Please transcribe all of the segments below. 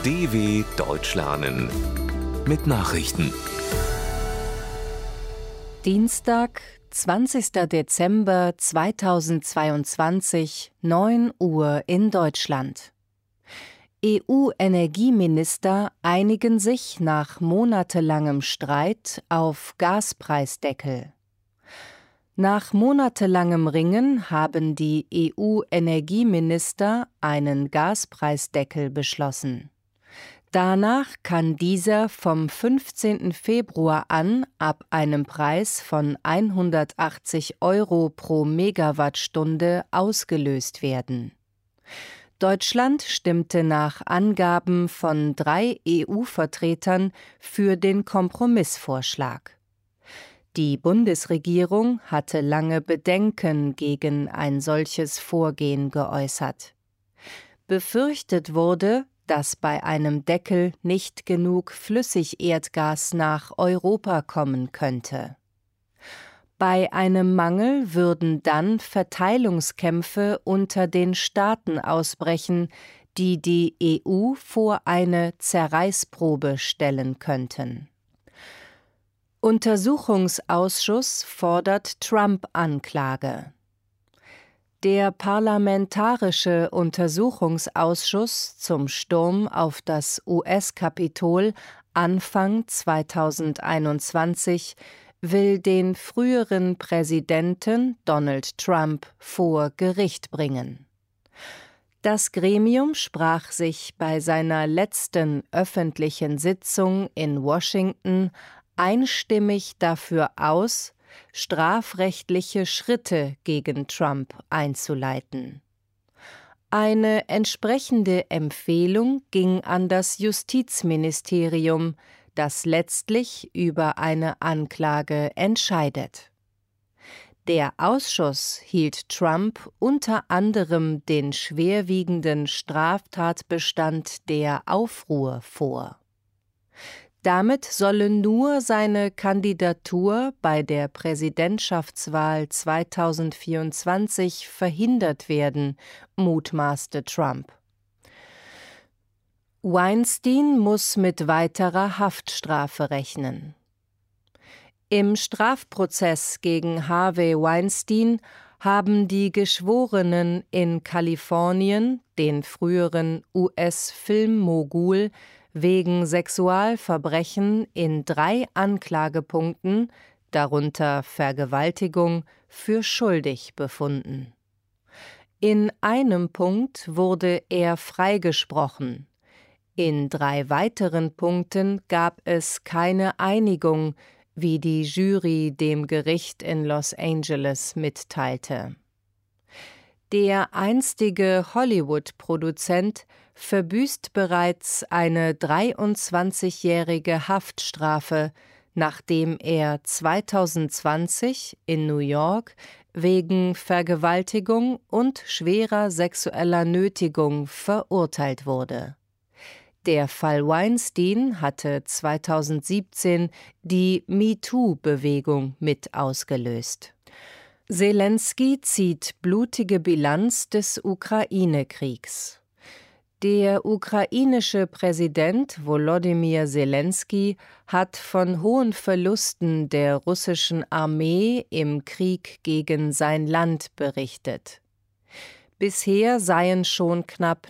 DW Deutsch lernen mit Nachrichten. Dienstag, 20. Dezember 2022, 9 Uhr in Deutschland. EU-Energieminister einigen sich nach monatelangem Streit auf Gaspreisdeckel. Nach monatelangem Ringen haben die EU-Energieminister einen Gaspreisdeckel beschlossen. Danach kann dieser vom 15. Februar an ab einem Preis von 180 € pro Megawattstunde ausgelöst werden. Deutschland stimmte nach Angaben von 3 EU-Vertretern für den Kompromissvorschlag. Die Bundesregierung hatte lange Bedenken gegen ein solches Vorgehen geäußert. Befürchtet wurde, dass bei einem Deckel nicht genug Flüssigerdgas nach Europa kommen könnte. Bei einem Mangel würden dann Verteilungskämpfe unter den Staaten ausbrechen, die die EU vor eine Zerreißprobe stellen könnten. Untersuchungsausschuss fordert Trump-Anklage. Der Parlamentarische Untersuchungsausschuss zum Sturm auf das US-Kapitol Anfang 2021 will den früheren Präsidenten Donald Trump vor Gericht bringen. Das Gremium sprach sich bei seiner letzten öffentlichen Sitzung in Washington einstimmig dafür aus, strafrechtliche Schritte gegen Trump einzuleiten. Eine entsprechende Empfehlung ging an das Justizministerium, das letztlich über eine Anklage entscheidet. Der Ausschuss hielt Trump unter anderem den schwerwiegenden Straftatbestand der Aufruhr vor. Damit solle nur seine Kandidatur bei der Präsidentschaftswahl 2024 verhindert werden, mutmaßte Trump. Weinstein muss mit weiterer Haftstrafe rechnen. Im Strafprozess gegen Harvey Weinstein haben die Geschworenen in Kalifornien den früheren US-Filmmogul wegen Sexualverbrechen in 3 Anklagepunkten, darunter Vergewaltigung, für schuldig befunden. In einem Punkt wurde er freigesprochen. In 3 weiteren Punkten gab es keine Einigung, wie die Jury dem Gericht in Los Angeles mitteilte. Der einstige Hollywood-Produzent verbüßt bereits eine 23-jährige Haftstrafe, nachdem er 2020 in New York wegen Vergewaltigung und schwerer sexueller Nötigung verurteilt wurde. Der Fall Weinstein hatte 2017 die MeToo-Bewegung mit ausgelöst. Selenskyj zieht blutige Bilanz des Ukraine-Kriegs. Der ukrainische Präsident Volodymyr Selenskyj hat von hohen Verlusten der russischen Armee im Krieg gegen sein Land berichtet. Bisher seien schon knapp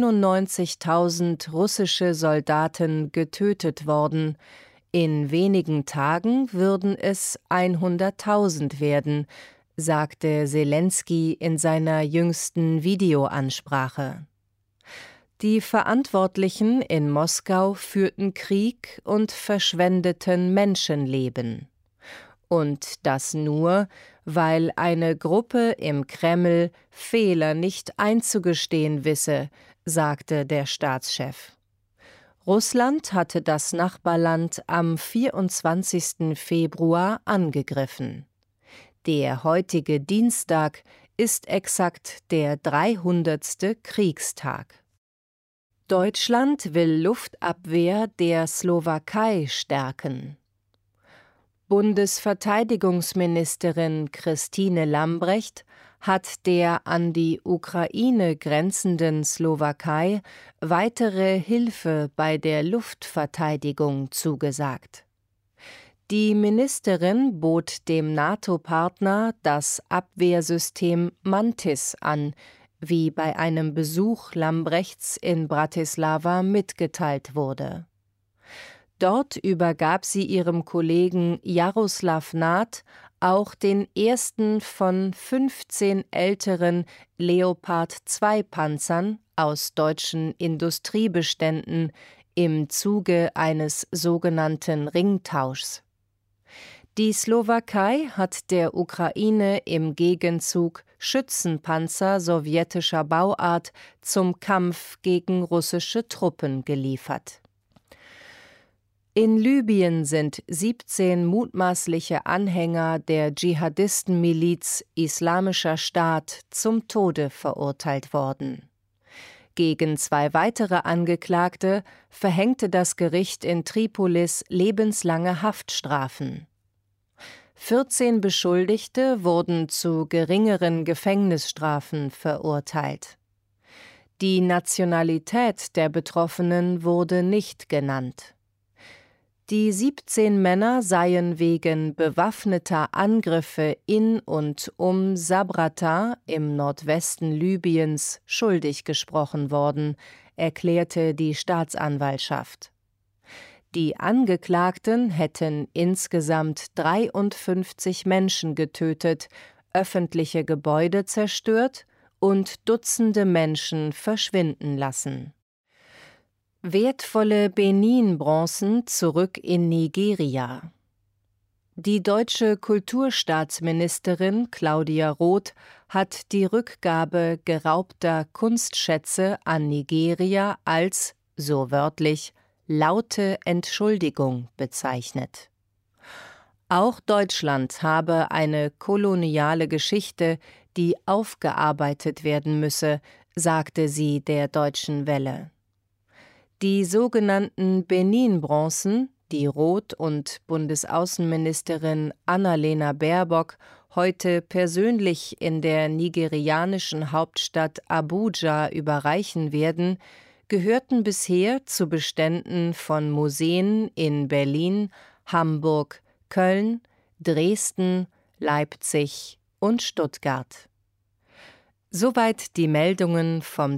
99.000 russische Soldaten getötet worden. In wenigen Tagen würden es 100.000 werden, sagte Selenskyj in seiner jüngsten Videoansprache. Die Verantwortlichen in Moskau führten Krieg und verschwendeten Menschenleben. Und das nur, weil eine Gruppe im Kreml Fehler nicht einzugestehen wisse, sagte der Staatschef. Russland hatte das Nachbarland am 24. Februar angegriffen. Der heutige Dienstag ist exakt der 300. Kriegstag. Deutschland will Luftabwehr der Slowakei stärken. Bundesverteidigungsministerin Christine Lambrecht hat der an die Ukraine grenzenden Slowakei weitere Hilfe bei der Luftverteidigung zugesagt. Die Ministerin bot dem NATO-Partner das Abwehrsystem Mantis an, wie bei einem Besuch Lambrechts in Bratislava mitgeteilt wurde. Dort übergab sie ihrem Kollegen Jaroslav Nath auch den ersten von 15 älteren Leopard-2-Panzern aus deutschen Industriebeständen im Zuge eines sogenannten Ringtauschs. Die Slowakei hat der Ukraine im Gegenzug Schützenpanzer sowjetischer Bauart zum Kampf gegen russische Truppen geliefert. In Libyen sind 17 mutmaßliche Anhänger der Dschihadistenmiliz Islamischer Staat zum Tode verurteilt worden. Gegen 2 weitere Angeklagte verhängte das Gericht in Tripolis lebenslange Haftstrafen. 14 Beschuldigte wurden zu geringeren Gefängnisstrafen verurteilt. Die Nationalität der Betroffenen wurde nicht genannt. Die 17 Männer seien wegen bewaffneter Angriffe in und um Sabrata im Nordwesten Libyens schuldig gesprochen worden, erklärte die Staatsanwaltschaft. Die Angeklagten hätten insgesamt 53 Menschen getötet, öffentliche Gebäude zerstört und Dutzende Menschen verschwinden lassen. Wertvolle Benin-Bronzen zurück in Nigeria. Die deutsche Kulturstaatsministerin Claudia Roth hat die Rückgabe geraubter Kunstschätze an Nigeria als, so wörtlich, laute Entschuldigung bezeichnet. Auch Deutschland habe eine koloniale Geschichte, die aufgearbeitet werden müsse, sagte sie der Deutschen Welle. Die sogenannten Benin-Bronzen, die Roth und Bundesaußenministerin Annalena Baerbock heute persönlich in der nigerianischen Hauptstadt Abuja überreichen werden, gehörten bisher zu Beständen von Museen in Berlin, Hamburg, Köln, Dresden, Leipzig und Stuttgart. Soweit die Meldungen vom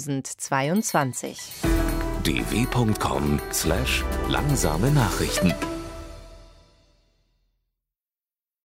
20.12.2022. dw.com/langsame Nachrichten